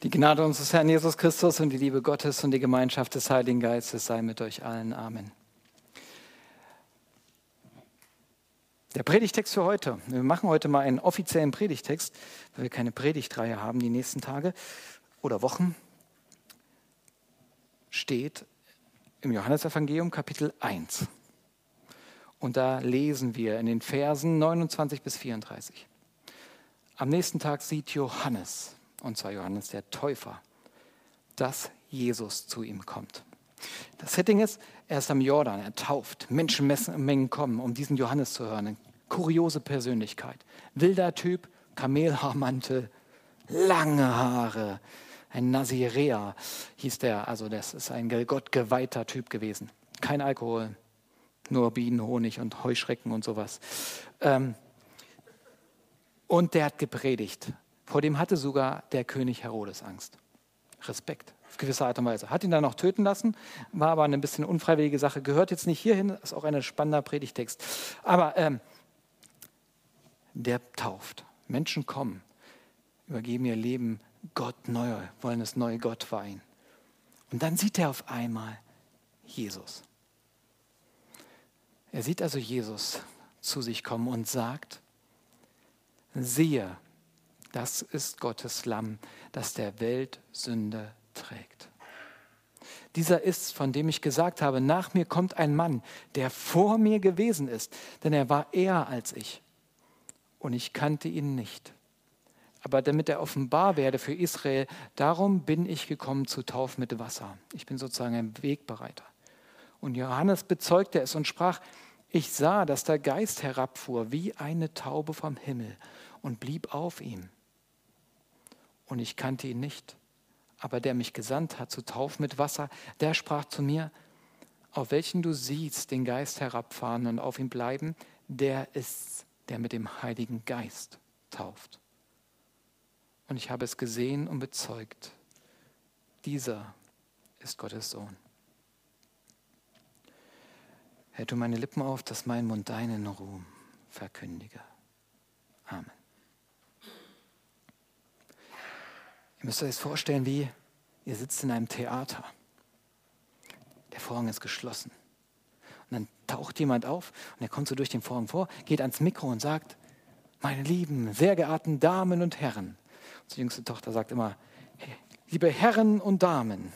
Die Gnade unseres Herrn Jesus Christus und die Liebe Gottes und die Gemeinschaft des Heiligen Geistes sei mit euch allen. Amen. Der Predigtext für heute. Wir machen heute mal einen offiziellen Predigtext, weil wir keine Predigtreihe haben die nächsten Tage oder Wochen. Steht im Johannesevangelium Kapitel 1. Und da lesen wir in den Versen 29 bis 34. Am nächsten Tag sieht Johannes, und zwar Johannes der Täufer, dass Jesus zu ihm kommt. Das Setting ist, er ist am Jordan, er tauft, Menschenmengen kommen, um diesen Johannes zu hören. Eine kuriose Persönlichkeit, wilder Typ, Kamelhaarmantel, lange Haare, ein Naziräer hieß der, also das ist ein gottgeweihter Typ gewesen. Kein Alkohol, nur Bienen, Honig und Heuschrecken und sowas. Und der hat gepredigt. Vor dem hatte sogar der König Herodes Angst. Respekt, auf gewisse Art und Weise. Hat ihn dann noch töten lassen, war aber eine bisschen unfreiwillige Sache. Gehört jetzt nicht hierhin, ist auch ein spannender Predigtext. Aber der tauft. Menschen kommen, übergeben ihr Leben Gott neu, wollen es neu Gott weihen. Und dann sieht er auf einmal Jesus. Er sieht also Jesus zu sich kommen und sagt, siehe, das ist Gottes Lamm, das der Welt Sünde trägt. Dieser ist, von dem ich gesagt habe, nach mir kommt ein Mann, der vor mir gewesen ist, denn er war eher als ich. Und ich kannte ihn nicht. Aber damit er offenbar werde für Israel, darum bin ich gekommen zu taufen mit Wasser. Ich bin sozusagen ein Wegbereiter. Und Johannes bezeugte es und sprach, ich sah, dass der Geist herabfuhr wie eine Taube vom Himmel und blieb auf ihm. Und ich kannte ihn nicht. Aber der mich gesandt hat zu taufen mit Wasser, der sprach zu mir, auf welchen du siehst den Geist herabfahren und auf ihm bleiben, der ist's, der mit dem Heiligen Geist tauft. Und ich habe es gesehen und bezeugt, dieser ist Gottes Sohn. Herr, tu meine Lippen auf, dass mein Mund deinen Ruhm verkündige. Amen. Ihr müsst euch das vorstellen, wie ihr sitzt in einem Theater. Der Vorhang ist geschlossen. Und dann taucht jemand auf und er kommt so durch den Vorhang vor, geht ans Mikro und sagt, meine lieben, sehr geehrten Damen und Herren. Und die jüngste Tochter sagt immer, hey, liebe Herren und Damen,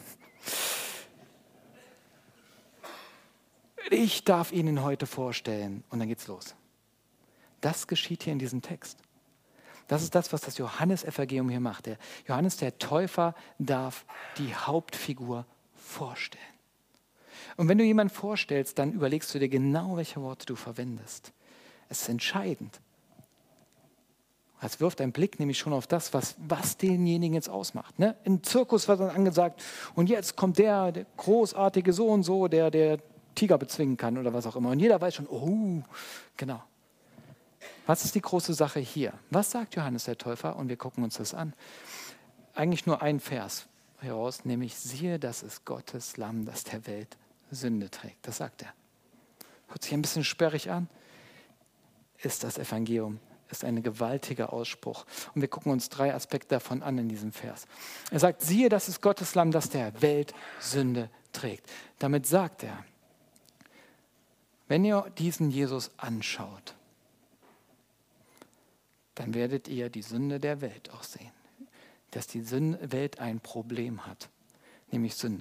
ich darf Ihnen heute vorstellen. Und dann geht's los. Das geschieht hier in diesem Text. Das ist das, was das Johannesevangelium hier macht. Der Johannes der Täufer darf die Hauptfigur vorstellen. Und wenn du jemanden vorstellst, dann überlegst du dir genau, welche Worte du verwendest. Es ist entscheidend. Es wirft ein Blick nämlich schon auf das, was denjenigen jetzt ausmacht. Ne? Im Zirkus wird dann angesagt, und jetzt kommt der großartige so und so, der Tiger bezwingen kann oder was auch immer. Und jeder weiß schon, oh, genau. Was ist die große Sache hier? Was sagt Johannes der Täufer? Und wir gucken uns das an. Eigentlich nur ein Vers heraus, nämlich siehe, das ist Gottes Lamm, das der Welt Sünde trägt. Das sagt er. Hört sich ein bisschen sperrig an. Ist das Evangelium. Ist ein gewaltiger Ausspruch. Und wir gucken uns 3 Aspekte davon an in diesem Vers. Er sagt, siehe, das ist Gottes Lamm, das der Welt Sünde trägt. Damit sagt er, wenn ihr diesen Jesus anschaut, dann werdet ihr die Sünde der Welt auch sehen. Dass die Welt ein Problem hat, nämlich Sünde.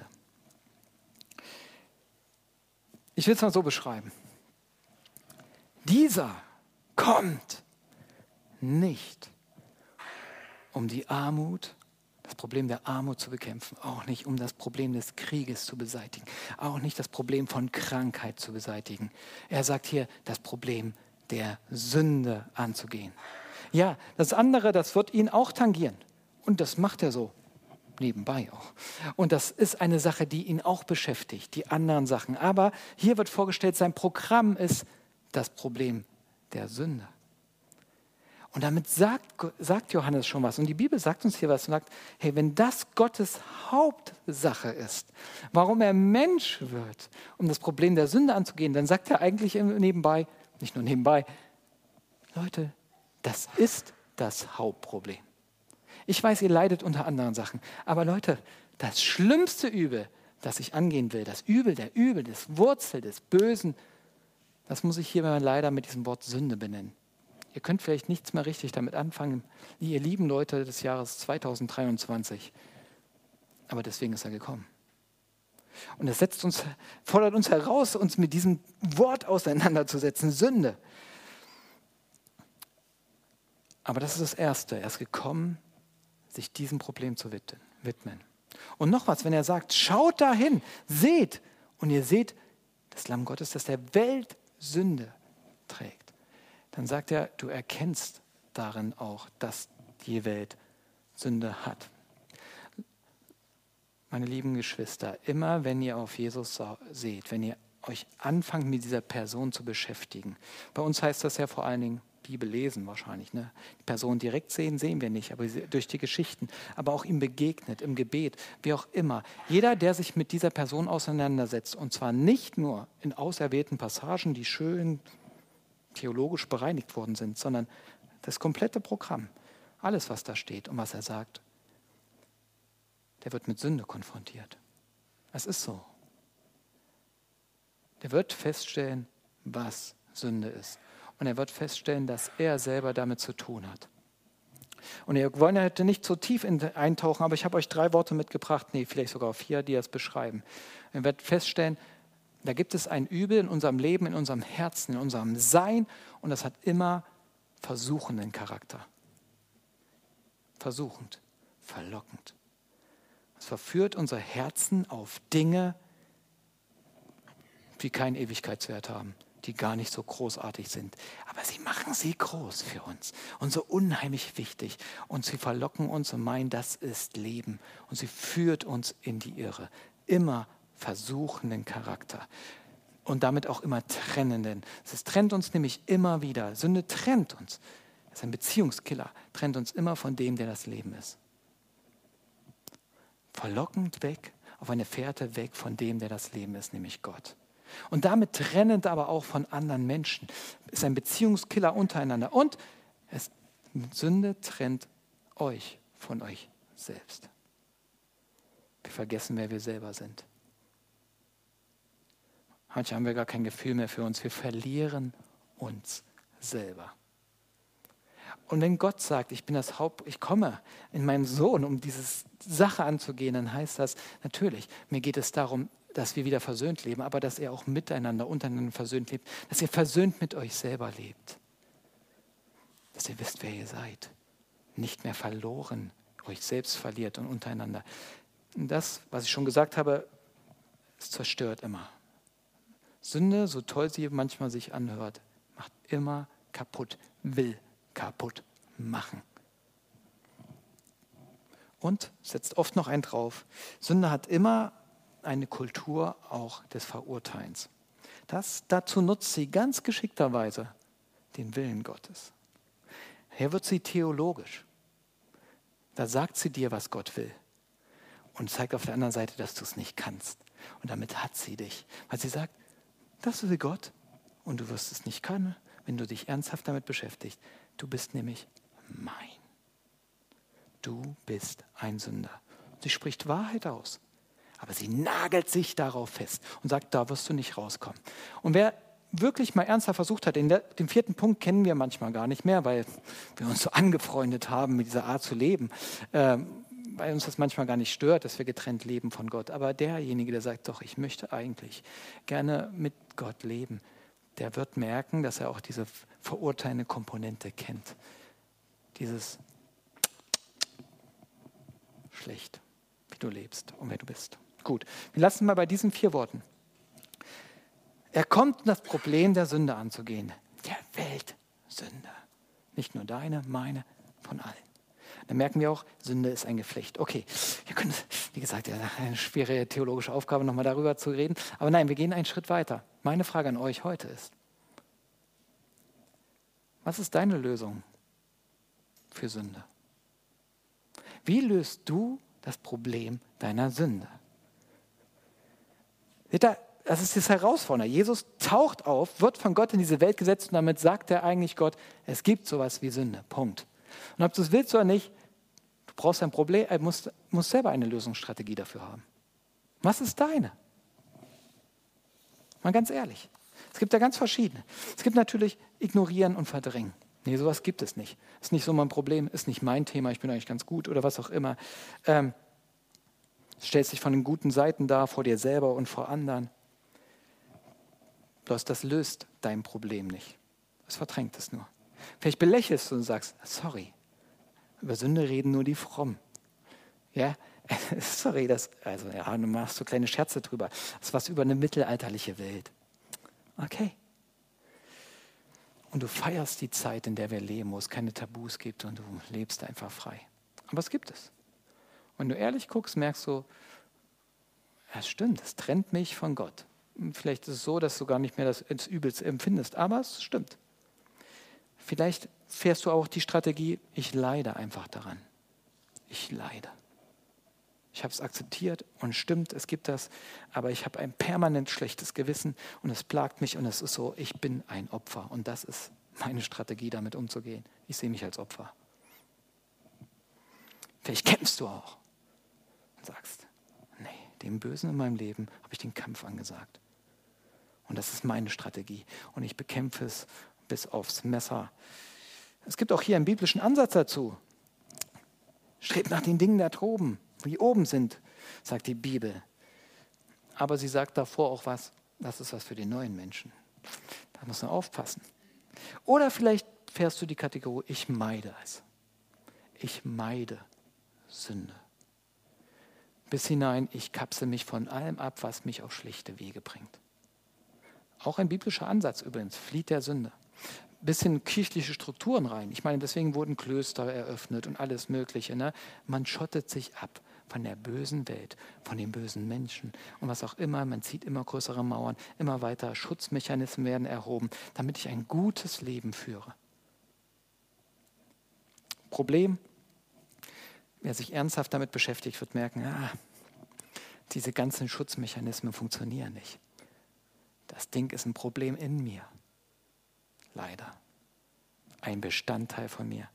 Ich will es mal so beschreiben. Dieser kommt nicht, um die Armut, das Problem der Armut zu bekämpfen, auch nicht um das Problem des Krieges zu beseitigen, auch nicht das Problem von Krankheit zu beseitigen. Er sagt hier, das Problem der Sünde anzugehen. Ja, das andere, das wird ihn auch tangieren. Und das macht er so, nebenbei auch. Und das ist eine Sache, die ihn auch beschäftigt, die anderen Sachen. Aber hier wird vorgestellt, sein Programm ist das Problem der Sünde. Und damit sagt Johannes schon was. Und die Bibel sagt uns hier was und sagt, hey, wenn das Gottes Hauptsache ist, warum er Mensch wird, um das Problem der Sünde anzugehen, dann sagt er eigentlich nebenbei, nicht nur nebenbei, Leute, das ist das Hauptproblem. Ich weiß, ihr leidet unter anderen Sachen. Aber Leute, das schlimmste Übel, das ich angehen will, das Übel, das Wurzel des Bösen, das muss ich hier leider mit diesem Wort Sünde benennen. Ihr könnt vielleicht nichts mehr richtig damit anfangen, ihr lieben Leute des Jahres 2023. Aber deswegen ist er gekommen. Und es fordert uns heraus, uns mit diesem Wort auseinanderzusetzen, Sünde. Aber das ist das Erste. Er ist gekommen, sich diesem Problem zu widmen. Und noch was, wenn er sagt, schaut dahin, seht, und ihr seht das Lamm Gottes, das der Welt Sünde trägt, dann sagt er, du erkennst darin auch, dass die Welt Sünde hat. Meine lieben Geschwister, immer wenn ihr auf Jesus seht, wenn ihr euch anfangt mit dieser Person zu beschäftigen, bei uns heißt das ja vor allen Dingen Bibel lesen wahrscheinlich, ne? Die Person direkt sehen wir nicht, aber durch die Geschichten, aber auch ihm begegnet, im Gebet, wie auch immer. Jeder, der sich mit dieser Person auseinandersetzt, und zwar nicht nur in auserwählten Passagen, die schön theologisch bereinigt worden sind, sondern das komplette Programm, alles, was da steht und was er sagt, der wird mit Sünde konfrontiert. Es ist so. Der wird feststellen, was Sünde ist. Und er wird feststellen, dass er selber damit zu tun hat. Und wir wollen heute nicht so tief eintauchen, aber ich habe euch 3 Worte mitgebracht, vielleicht sogar 4, die das beschreiben. Ihr werdet feststellen, da gibt es ein Übel in unserem Leben, in unserem Herzen, in unserem Sein, und das hat immer versuchenden Charakter. Versuchend, verlockend. Es verführt unser Herzen auf Dinge, die keinen Ewigkeitswert haben, die gar nicht so großartig sind. Aber sie machen sie groß für uns und so unheimlich wichtig. Und sie verlocken uns und meinen, das ist Leben. Und sie führt uns in die Irre. Immer versuchenden Charakter. Und damit auch immer trennenden. Es trennt uns nämlich immer wieder. Sünde trennt uns. Das ist ein Beziehungskiller. Trennt uns immer von dem, der das Leben ist. Verlockend weg, auf eine Fährte weg von dem, der das Leben ist, nämlich Gott. Und damit trennend aber auch von anderen Menschen. Ist ein Beziehungskiller untereinander. Und Sünde trennt euch von euch selbst. Wir vergessen, wer wir selber sind. Manchmal haben wir gar kein Gefühl mehr für uns. Wir verlieren uns selber. Und wenn Gott sagt, ich komme in meinem Sohn, um diese Sache anzugehen, dann heißt das, natürlich, mir geht es darum, dass wir wieder versöhnt leben, aber dass ihr auch miteinander, untereinander versöhnt lebt, dass ihr versöhnt mit euch selber lebt. Dass ihr wisst, wer ihr seid. Nicht mehr verloren, euch selbst verliert und untereinander. Und das, was ich schon gesagt habe, es zerstört immer. Sünde, so toll sie manchmal sich anhört, macht immer kaputt, will kaputt machen. Und setzt oft noch einen drauf. Sünde hat immer eine Kultur auch des Verurteilens. Dazu nutzt sie ganz geschickterweise den Willen Gottes. Hier wird sie theologisch. Da sagt sie dir, was Gott will. Und zeigt auf der anderen Seite, dass du es nicht kannst. Und damit hat sie dich. Weil sie sagt, das will Gott und du wirst es nicht können, wenn du dich ernsthaft damit beschäftigst. Du bist nämlich mein. Du bist ein Sünder. Sie spricht Wahrheit aus. Aber sie nagelt sich darauf fest und sagt, da wirst du nicht rauskommen. Und wer wirklich mal ernsthaft versucht hat, den 4. Punkt kennen wir manchmal gar nicht mehr, weil wir uns so angefreundet haben mit dieser Art zu leben, weil uns das manchmal gar nicht stört, dass wir getrennt leben von Gott. Aber derjenige, der sagt, doch, ich möchte eigentlich gerne mit Gott leben, der wird merken, dass er auch diese verurteilende Komponente kennt. Dieses schlecht, wie du lebst und wer du bist. Gut, wir lassen mal bei diesen 4 Worten. Er kommt, um das Problem der Sünde anzugehen. Der Weltsünde. Nicht nur deine, meine, von allen. Dann merken wir auch, Sünde ist ein Geflecht. Okay, wir können, wie gesagt, eine schwere theologische Aufgabe, nochmal darüber zu reden. Aber nein, wir gehen einen Schritt weiter. Meine Frage an euch heute ist, was ist deine Lösung für Sünde? Wie löst du das Problem deiner Sünde? Seht ihr, das ist das Herausfordernde. Jesus taucht auf, wird von Gott in diese Welt gesetzt und damit sagt er eigentlich Gott, es gibt sowas wie Sünde. Punkt. Und ob du es willst oder nicht, du brauchst ein Problem, musst selber eine Lösungsstrategie dafür haben. Was ist deine? Mal ganz ehrlich. Es gibt da ganz verschiedene. Es gibt natürlich ignorieren und verdrängen. Nee, sowas gibt es nicht. Ist nicht so mein Problem, ist nicht mein Thema, ich bin eigentlich ganz gut oder was auch immer. Stellst dich von den guten Seiten dar, vor dir selber und vor anderen. Bloß das löst dein Problem nicht. Es verdrängt es nur. Vielleicht belächelst du und sagst, sorry, über Sünde reden nur die Frommen. Ja, sorry, du machst so kleine Scherze drüber. Das ist was über eine mittelalterliche Welt. Okay. Und du feierst die Zeit, in der wir leben, wo es keine Tabus gibt und du lebst einfach frei. Aber es gibt es. Wenn du ehrlich guckst, merkst du, es stimmt, es trennt mich von Gott. Vielleicht ist es so, dass du gar nicht mehr das ins Übelste empfindest, aber es stimmt. Vielleicht fährst du auch die Strategie, ich leide einfach daran. Ich leide. Ich habe es akzeptiert und stimmt, es gibt das, aber ich habe ein permanent schlechtes Gewissen und es plagt mich und es ist so, ich bin ein Opfer und das ist meine Strategie, damit umzugehen. Ich sehe mich als Opfer. Vielleicht kämpfst du auch und sagst, nee, dem Bösen in meinem Leben habe ich den Kampf angesagt. Und das ist meine Strategie und ich bekämpfe es bis aufs Messer. Es gibt auch hier einen biblischen Ansatz dazu. Strebt nach den Dingen da droben, die oben sind, sagt die Bibel. Aber sie sagt davor auch was, das ist was für den neuen Menschen. Da muss man aufpassen. Oder vielleicht fährst du die Kategorie, ich meide es. Ich meide Sünde. Bis hinein, ich kapsel mich von allem ab, was mich auf schlechte Wege bringt. Auch ein biblischer Ansatz übrigens, flieht der Sünde. Bis in kirchliche Strukturen rein. Ich meine, deswegen wurden Klöster eröffnet und alles Mögliche. Ne? Man schottet sich ab von der bösen Welt, von den bösen Menschen und was auch immer. Man zieht immer größere Mauern, immer weiter. Schutzmechanismen werden erhoben, damit ich ein gutes Leben führe. Problem, wer sich ernsthaft damit beschäftigt, wird merken, diese ganzen Schutzmechanismen funktionieren nicht. Das Ding ist ein Problem in mir. Leider. Ein Bestandteil von mir.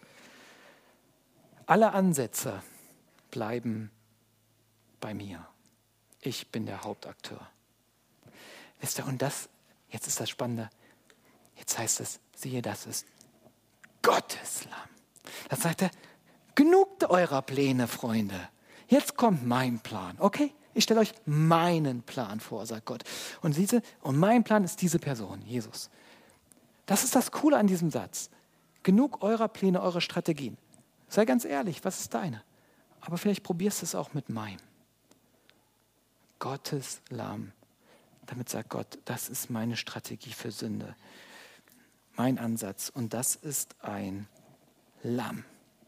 Alle Ansätze bleiben bei mir. Ich bin der Hauptakteur. Wisst ihr, und das, jetzt ist das Spannende, jetzt heißt es, siehe, das ist Gottes Lamm. Das sagt er, genug eurer Pläne, Freunde. Jetzt kommt mein Plan, okay? Ich stelle euch meinen Plan vor, sagt Gott. Und mein Plan ist diese Person, Jesus. Das ist das Coole an diesem Satz. Genug eurer Pläne, eurer Strategien. Sei ganz ehrlich, was ist deine? Aber vielleicht probierst du es auch mit meinem. Gottes Lamm. Damit sagt Gott, das ist meine Strategie für Sünde. Mein Ansatz. Und das ist ein Lamm.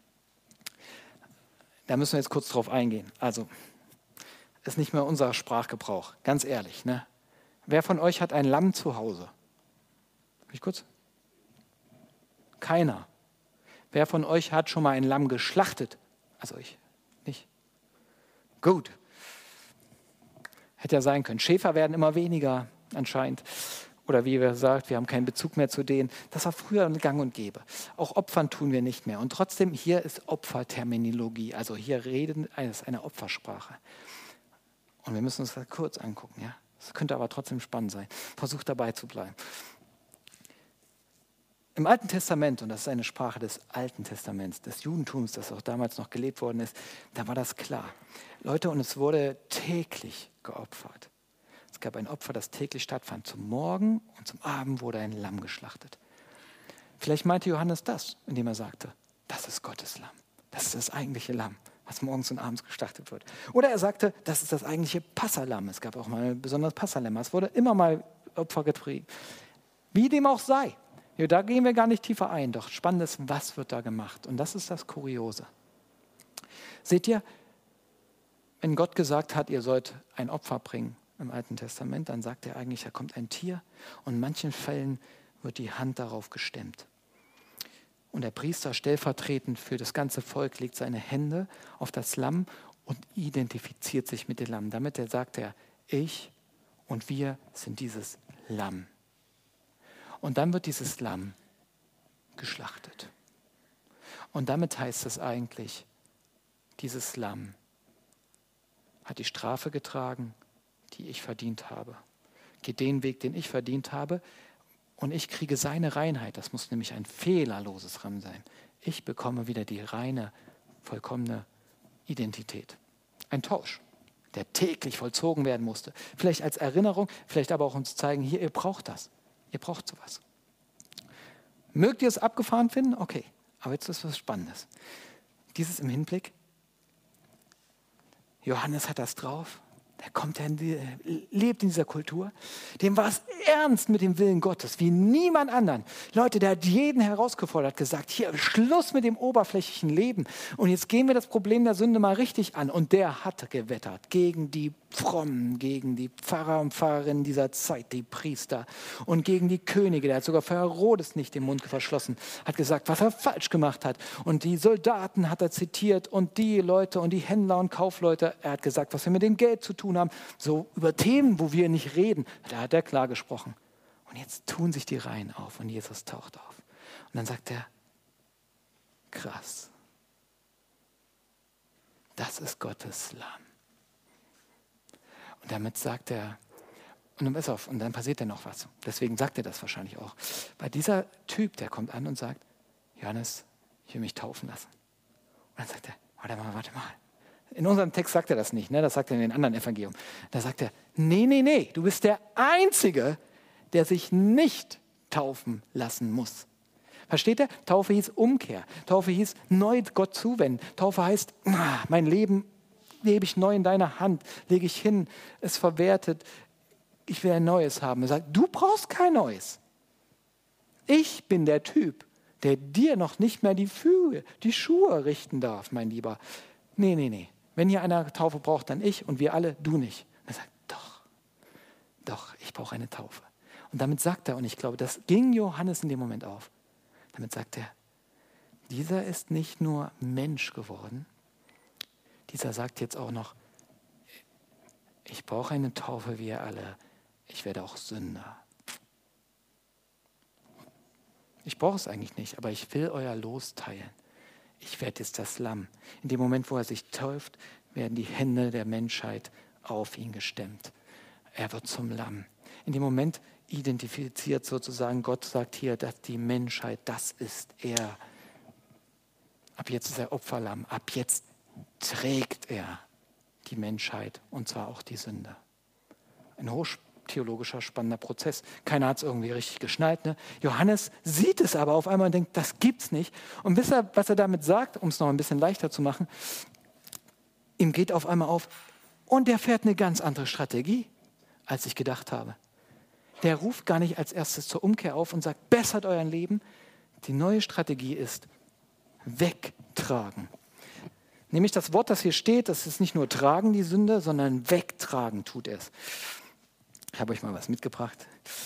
Da müssen wir jetzt kurz drauf eingehen. Also, ist nicht mehr unser Sprachgebrauch. Ganz ehrlich, ne? Wer von euch hat ein Lamm zu Hause? Kurz? Keiner. Wer von euch hat schon mal ein Lamm geschlachtet? Also ich nicht. Gut. Hätte ja sein können. Schäfer werden immer weniger anscheinend. Oder wie wir sagt, wir haben keinen Bezug mehr zu denen. Das war früher gang und gäbe. Auch Opfern tun wir nicht mehr. Und trotzdem, hier ist Opferterminologie. Also hier reden, es ist eine Opfersprache. Und wir müssen uns das kurz angucken. Ja? Das könnte aber trotzdem spannend sein. Versucht dabei zu bleiben. Im Alten Testament, und das ist eine Sprache des Alten Testaments, des Judentums, das auch damals noch gelebt worden ist, da war das klar. Leute, und es wurde täglich geopfert. Es gab ein Opfer, das täglich stattfand. Zum Morgen und zum Abend wurde ein Lamm geschlachtet. Vielleicht meinte Johannes das, indem er sagte, das ist Gottes Lamm. Das ist das eigentliche Lamm, was morgens und abends geschlachtet wird. Oder er sagte, das ist das eigentliche Passalamm. Es gab auch mal besonders Passalämmer. Es wurde immer mal Opfer getrieben. Wie dem auch sei. Ja, da gehen wir gar nicht tiefer ein. Doch spannend ist, was wird da gemacht? Und das ist das Kuriose. Seht ihr, wenn Gott gesagt hat, ihr sollt ein Opfer bringen im Alten Testament, dann sagt er eigentlich, da kommt ein Tier und in manchen Fällen wird die Hand darauf gestemmt. Und der Priester stellvertretend für das ganze Volk legt seine Hände auf das Lamm und identifiziert sich mit dem Lamm. Damit sagt er, ich und wir sind dieses Lamm. Und dann wird dieses Lamm geschlachtet. Und damit heißt es eigentlich, dieses Lamm hat die Strafe getragen, die ich verdient habe. Geht den Weg, den ich verdient habe, und ich kriege seine Reinheit. Das muss nämlich ein fehlerloses Lamm sein. Ich bekomme wieder die reine, vollkommene Identität. Ein Tausch, der täglich vollzogen werden musste. Vielleicht als Erinnerung, vielleicht aber auch um zu zeigen, hier, ihr braucht das. Ihr braucht sowas. Mögt ihr es abgefahren finden? Okay, aber jetzt ist was Spannendes. Dieses im Hinblick, Johannes hat das drauf, lebt in dieser Kultur, dem war es ernst mit dem Willen Gottes, wie niemand anderen. Leute, der hat jeden herausgefordert, gesagt, hier, Schluss mit dem oberflächlichen Leben. Und jetzt gehen wir das Problem der Sünde mal richtig an. Und der hat gewettert gegen die Frommen, gegen die Pfarrer und Pfarrerinnen dieser Zeit, die Priester und gegen die Könige. Der hat sogar für Herodes nicht den Mund verschlossen, hat gesagt, was er falsch gemacht hat. Und die Soldaten hat er zitiert und die Leute und die Händler und Kaufleute. Er hat gesagt, was wir mit dem Geld zu tun haben. So über Themen, wo wir nicht reden, da hat er klar gesprochen. Und jetzt tun sich die Reihen auf und Jesus taucht auf. Und dann sagt er, krass, das ist Gottes Lamm. Und damit sagt er, und dann pass auf, und dann passiert ja noch was. Deswegen sagt er das wahrscheinlich auch. Weil dieser Typ, der kommt an und sagt, Johannes, ich will mich taufen lassen. Und dann sagt er, warte mal. In unserem Text sagt er das nicht, ne? Das sagt er in den anderen Evangelium. Da sagt er, nee, du bist der Einzige, der sich nicht taufen lassen muss. Versteht ihr? Taufe hieß Umkehr. Taufe hieß neu Gott zuwenden. Taufe heißt, mein Leben lebe ich neu in deiner Hand, lege ich hin, es verwertet, ich will ein Neues haben. Er sagt, du brauchst kein Neues. Ich bin der Typ, der dir noch nicht mehr die Schuhe richten darf, mein Lieber. Nee. Wenn hier einer Taufe braucht, dann ich und wir alle, du nicht. Und er sagt, doch, ich brauche eine Taufe. Und damit sagt er, und ich glaube, das ging Johannes in dem Moment auf, damit sagt er, dieser ist nicht nur Mensch geworden, dieser sagt jetzt auch noch, ich brauche eine Taufe wie ihr alle, ich werde auch Sünder. Ich brauche es eigentlich nicht, aber ich will euer Los teilen. Ich werde jetzt das Lamm. In dem Moment, wo er sich tauft, werden die Hände der Menschheit auf ihn gestemmt. Er wird zum Lamm. In dem Moment identifiziert sozusagen, Gott sagt hier, dass die Menschheit, das ist er. Ab jetzt ist er Opferlamm. Ab jetzt trägt er die Menschheit und zwar auch die Sünde. Ein hochtheologischer, spannender Prozess. Keiner hat es irgendwie richtig geschnallt. Ne? Johannes sieht es aber auf einmal und denkt, das gibt's nicht. Und wisst ihr, was er damit sagt, um es noch ein bisschen leichter zu machen? Ihm geht auf einmal auf und der fährt eine ganz andere Strategie, als ich gedacht habe. Der ruft gar nicht als erstes zur Umkehr auf und sagt, bessert euer Leben. Die neue Strategie ist wegtragen. Nämlich das Wort, das hier steht, das ist nicht nur tragen, die Sünde, sondern wegtragen tut es. Ich habe euch mal was mitgebracht.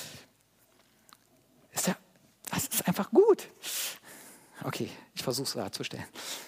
Das ist einfach gut. Okay, ich versuche es darzustellen.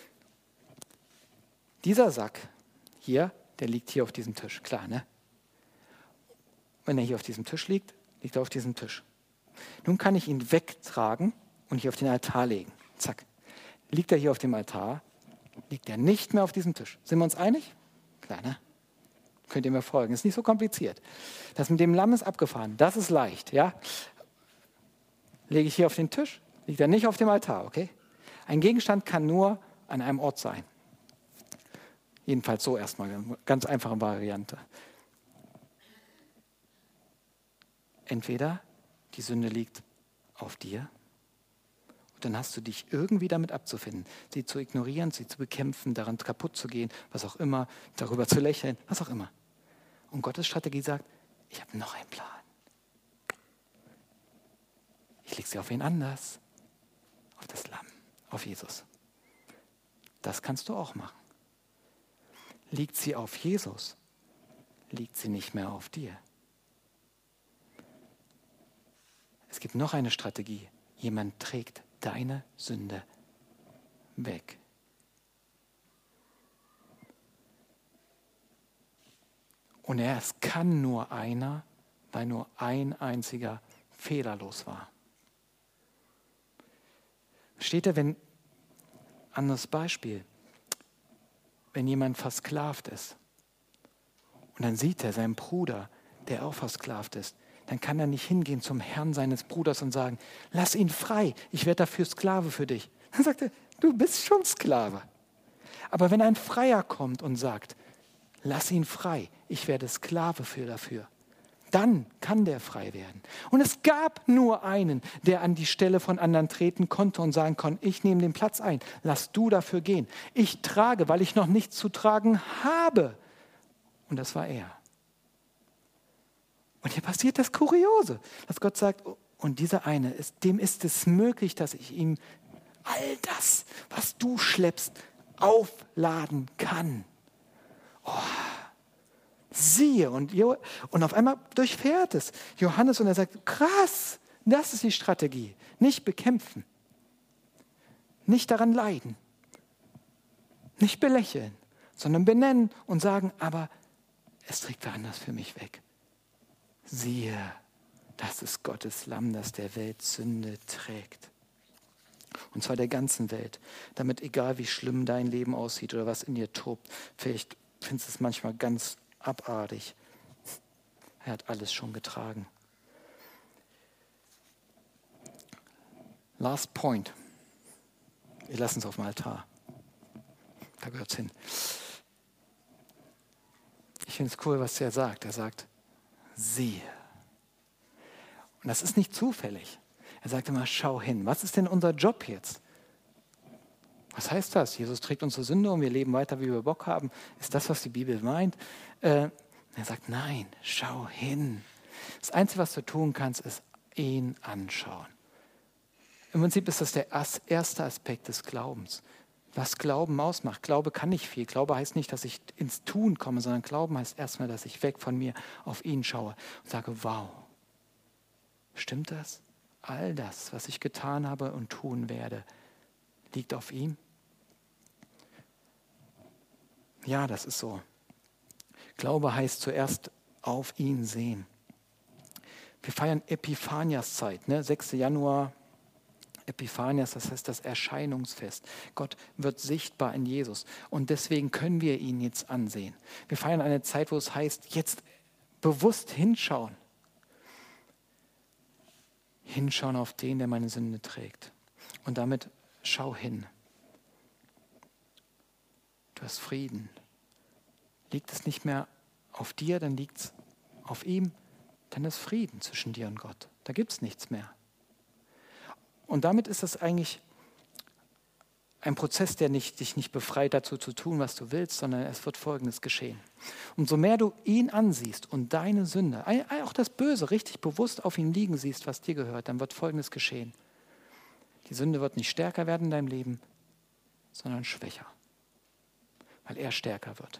Dieser Sack hier, der liegt hier auf diesem Tisch, klar, ne? Wenn er hier auf diesem Tisch liegt, liegt er auf diesem Tisch. Nun kann ich ihn wegtragen und hier auf den Altar legen. Zack. Liegt er hier auf dem Altar, liegt er nicht mehr auf diesem Tisch. Sind wir uns einig? Klar, ne? Könnt ihr mir folgen. Ist nicht so kompliziert. Das mit dem Lamm ist abgefahren. Das ist leicht, ja? Lege ich hier auf den Tisch, liegt er nicht auf dem Altar, okay? Ein Gegenstand kann nur an einem Ort sein. Jedenfalls so erstmal, eine ganz einfache Variante. Entweder die Sünde liegt auf dir und dann hast du dich irgendwie damit abzufinden, sie zu ignorieren, sie zu bekämpfen, daran kaputt zu gehen, was auch immer, darüber zu lächeln, was auch immer. Und Gottes Strategie sagt, ich habe noch einen Plan. Ich lege sie auf wen anders, auf das Lamm, auf Jesus. Das kannst du auch machen. Liegt sie auf Jesus, liegt sie nicht mehr auf dir. Es gibt noch eine Strategie. Jemand trägt deine Sünde weg. Und es kann nur einer, weil nur ein einziger fehlerlos war. Steht da, anderes Beispiel. wenn jemand versklavt ist und dann sieht er seinen Bruder, der auch versklavt ist, dann kann er nicht hingehen zum Herrn seines Bruders und sagen, lass ihn frei, ich werde dafür Sklave für dich. Dann sagt er, du bist schon Sklave. Aber wenn ein Freier kommt und sagt, lass ihn frei, ich werde Sklave dafür, dann kann der frei werden. Und es gab nur einen, der an die Stelle von anderen treten konnte und sagen konnte, ich nehme den Platz ein, lass du dafür gehen. Ich trage, weil ich noch nichts zu tragen habe. Und das war er. Und hier passiert das Kuriose, dass Gott sagt, und dieser eine, dem ist es möglich, dass ich ihm all das, was du schleppst, aufladen kann. Oh, siehe, und auf einmal durchfährt es Johannes und er sagt, krass, das ist die Strategie. Nicht bekämpfen, nicht daran leiden, nicht belächeln, sondern benennen und sagen, aber es trägt wer anders für mich weg. Siehe, das ist Gottes Lamm, das der Welt Sünde trägt. Und zwar der ganzen Welt, damit egal wie schlimm dein Leben aussieht oder was in dir tobt, vielleicht findest du es manchmal ganz abartig. Er hat alles schon getragen. Last point. Wir lassen es auf dem Altar. Da gehört es hin. Ich finde es cool, was er sagt. Er sagt, siehe. Und das ist nicht zufällig. Er sagt immer, schau hin. Was ist denn unser Job jetzt? Was heißt das? Jesus trägt unsere Sünde und wir leben weiter, wie wir Bock haben. Ist das, was die Bibel meint? Er sagt, nein, schau hin. Das Einzige, was du tun kannst, ist ihn anschauen. Im Prinzip ist das der erste Aspekt des Glaubens. Was Glauben ausmacht. Glaube kann nicht viel. Glaube heißt nicht, dass ich ins Tun komme, sondern Glauben heißt erstmal, dass ich weg von mir auf ihn schaue und sage, wow, stimmt das? All das, was ich getan habe und tun werde, liegt auf ihm? Ja, das ist so. Glaube heißt zuerst auf ihn sehen. Wir feiern Epiphaniaszeit, 6. Januar, Epiphanias, das heißt das Erscheinungsfest. Gott wird sichtbar in Jesus und deswegen können wir ihn jetzt ansehen. Wir feiern eine Zeit, wo es heißt, jetzt bewusst hinschauen. Hinschauen auf den, der meine Sünde trägt. Und damit schau hin. Du hast Frieden. Liegt es nicht mehr auf dir, dann liegt es auf ihm, dann ist Frieden zwischen dir und Gott. Da gibt es nichts mehr. Und damit ist das eigentlich ein Prozess, der dich nicht befreit dazu zu tun, was du willst, sondern es wird Folgendes geschehen. Umso mehr du ihn ansiehst und deine Sünde, auch das Böse, richtig bewusst auf ihn liegen siehst, was dir gehört, dann wird Folgendes geschehen. Die Sünde wird nicht stärker werden in deinem Leben, sondern schwächer, weil er stärker wird.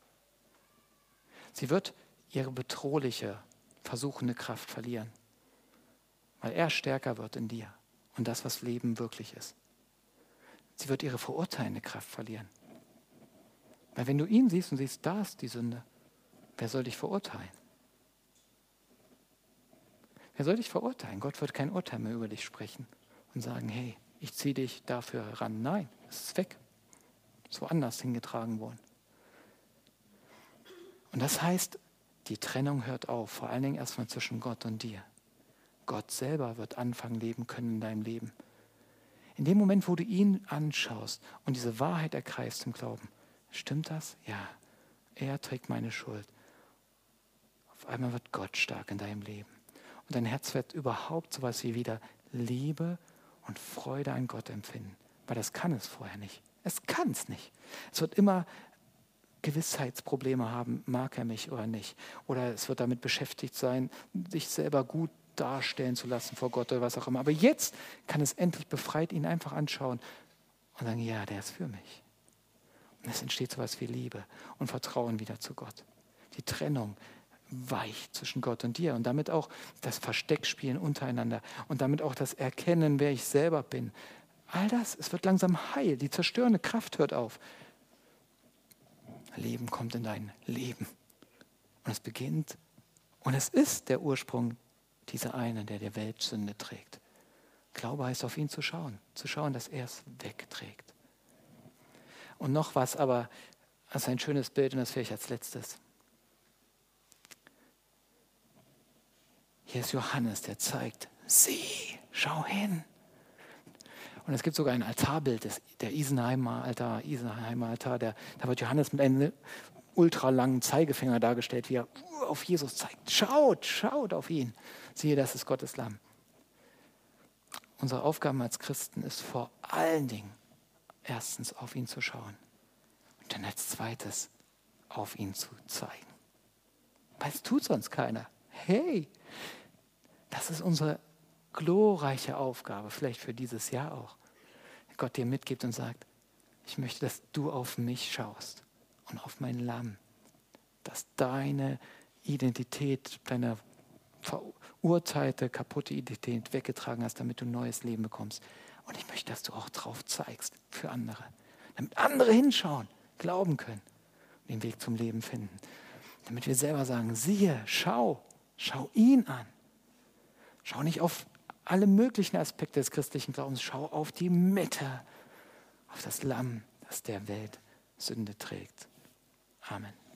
Sie wird ihre bedrohliche, versuchende Kraft verlieren, weil er stärker wird in dir und das, was Leben wirklich ist. Sie wird ihre verurteilende Kraft verlieren. Weil wenn du ihn siehst und siehst, da ist die Sünde, wer soll dich verurteilen? Wer soll dich verurteilen? Gott wird kein Urteil mehr über dich sprechen und sagen, hey, ich ziehe dich dafür heran. Nein, es ist weg. Es ist woanders hingetragen worden. Und das heißt, die Trennung hört auf, vor allen Dingen erstmal zwischen Gott und dir. Gott selber wird anfangen leben können in deinem Leben. In dem Moment, wo du ihn anschaust und diese Wahrheit ergreifst im Glauben, stimmt das? Ja, er trägt meine Schuld. Auf einmal wird Gott stark in deinem Leben. Und dein Herz wird überhaupt sowas wie wieder Liebe und Freude an Gott empfinden. Weil das kann es vorher nicht. Es kann es nicht. Es wird immer Gewissheitsprobleme haben, mag er mich oder nicht. Oder es wird damit beschäftigt sein, sich selber gut darstellen zu lassen vor Gott oder was auch immer. Aber jetzt kann es endlich befreit ihn einfach anschauen und sagen, ja, der ist für mich. Und es entsteht sowas wie Liebe und Vertrauen wieder zu Gott. Die Trennung weicht zwischen Gott und dir und damit auch das Versteckspielen untereinander und damit auch das Erkennen, wer ich selber bin. All das, es wird langsam heil. Die zerstörende Kraft hört auf. Leben kommt in dein Leben. Und es beginnt und es ist der Ursprung dieser eine, der der Welt Sünde trägt. Glaube heißt, auf ihn zu schauen, dass er es wegträgt. Und noch was aber Das ist ein schönes Bild und das will ich als letztes. Hier ist Johannes, der zeigt, sieh, schau hin. Und es gibt sogar ein Altarbild, der Isenheimer Altar, da wird Johannes mit einem ultralangen Zeigefinger dargestellt, wie er auf Jesus zeigt. Schaut auf ihn. Siehe, das ist Gottes Lamm. Unsere Aufgabe als Christen ist vor allen Dingen, erstens auf ihn zu schauen und dann als zweites auf ihn zu zeigen. Weil es tut sonst keiner. Hey, das ist unsere glorreiche Aufgabe, vielleicht für dieses Jahr auch. Gott dir mitgibt und sagt, ich möchte, dass du auf mich schaust und auf mein Lamm, dass deine Identität, deine verurteilte, kaputte Identität weggetragen hast, damit du neues Leben bekommst. Und ich möchte, dass du auch drauf zeigst für andere, damit andere hinschauen, glauben können, den Weg zum Leben finden. Damit wir selber sagen, siehe, schau ihn an. Schau nicht auf alle möglichen Aspekte des christlichen Glaubens, schau auf die Mitte, auf das Lamm, das der Welt Sünde trägt. Amen.